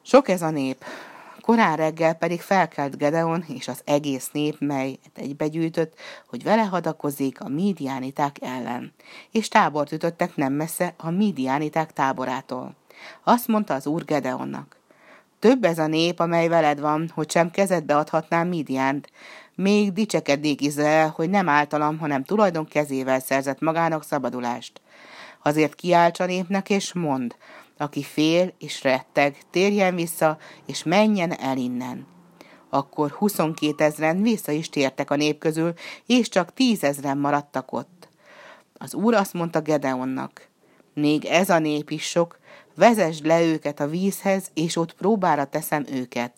Sok ez a nép. Korán reggel pedig felkelt Gedeon és az egész nép, mely egybegyűjtött, hogy vele hadakozzék a mídiániták ellen, és tábort ütöttek nem messze a mídiániták táborától. Azt mondta az Úr Gedeonnak: több ez a nép, amely veled van, hogy sem kezedbe adhatnám Mídiánt. Még dicsekednék Izrael, hogy nem általam, hanem tulajdon kezével szerzett magának szabadulást. Azért kiálts a népnek, és mondd: aki fél és retteg, térjen vissza, és menjen el innen. Akkor 22 000 vissza is tértek a nép közül, és csak 10 000 maradtak ott. Az Úr azt mondta Gedeonnak: még ez a nép is sok, vezesd le őket a vízhez, és ott próbára teszem őket.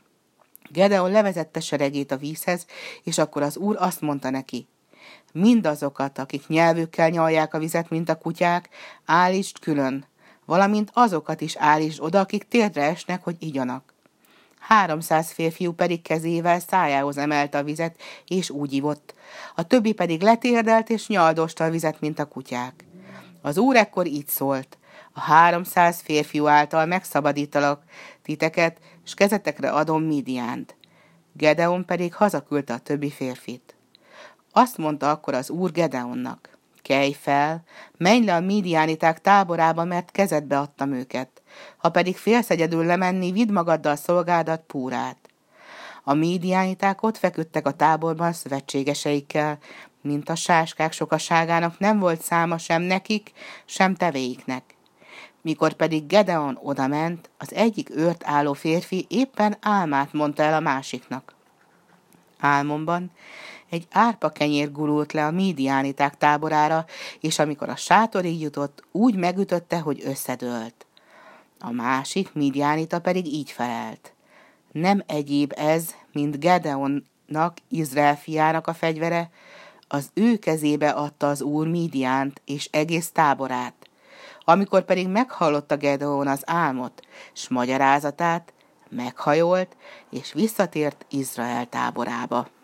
Gedeon levezette seregét a vízhez, és akkor az Úr azt mondta neki: mindazokat, akik nyelvükkel nyalják a vizet, mint a kutyák, állítsd külön, valamint azokat is állítsd oda, akik térdre esnek, hogy igyanak. 300 férfiú pedig kezével szájához emelte a vizet, és úgy ivott. A többi pedig letérdelt, és nyaldosta a vizet, mint a kutyák. Az Úr ekkor így szólt: a 300 férfiú által megszabadítalak titeket, s kezetekre adom Mídiánt. Gedeon pedig hazaküldte a többi férfit. Azt mondta akkor az Úr Gedeonnak: kelj fel, menj le a mídiániták táborába, mert kezedbe adtam őket. Ha pedig félsz egyedül lemenni, vidd magaddal szolgádat, Púrát. A mídiániták ott feküdtek a táborban szövetségeseikkel, mint a sáskák sokaságának nem volt száma sem nekik, sem tevéiknek. Mikor pedig Gedeon odament, az egyik őrt álló férfi éppen álmát mondta el a másiknak. Álmomban egy árpakenyér gurult le a mídiániták táborára, és amikor a sátorig jutott, úgy megütötte, hogy összedőlt. A másik mídiánita pedig így felelt: nem egyéb ez, mint Gedeonnak, Izrael fiának a fegyvere, az ő kezébe adta az Úr Mídiánt és egész táborát. Amikor pedig meghallotta Gedeon az álmot, s magyarázatát, meghajolt, és visszatért Izrael táborába.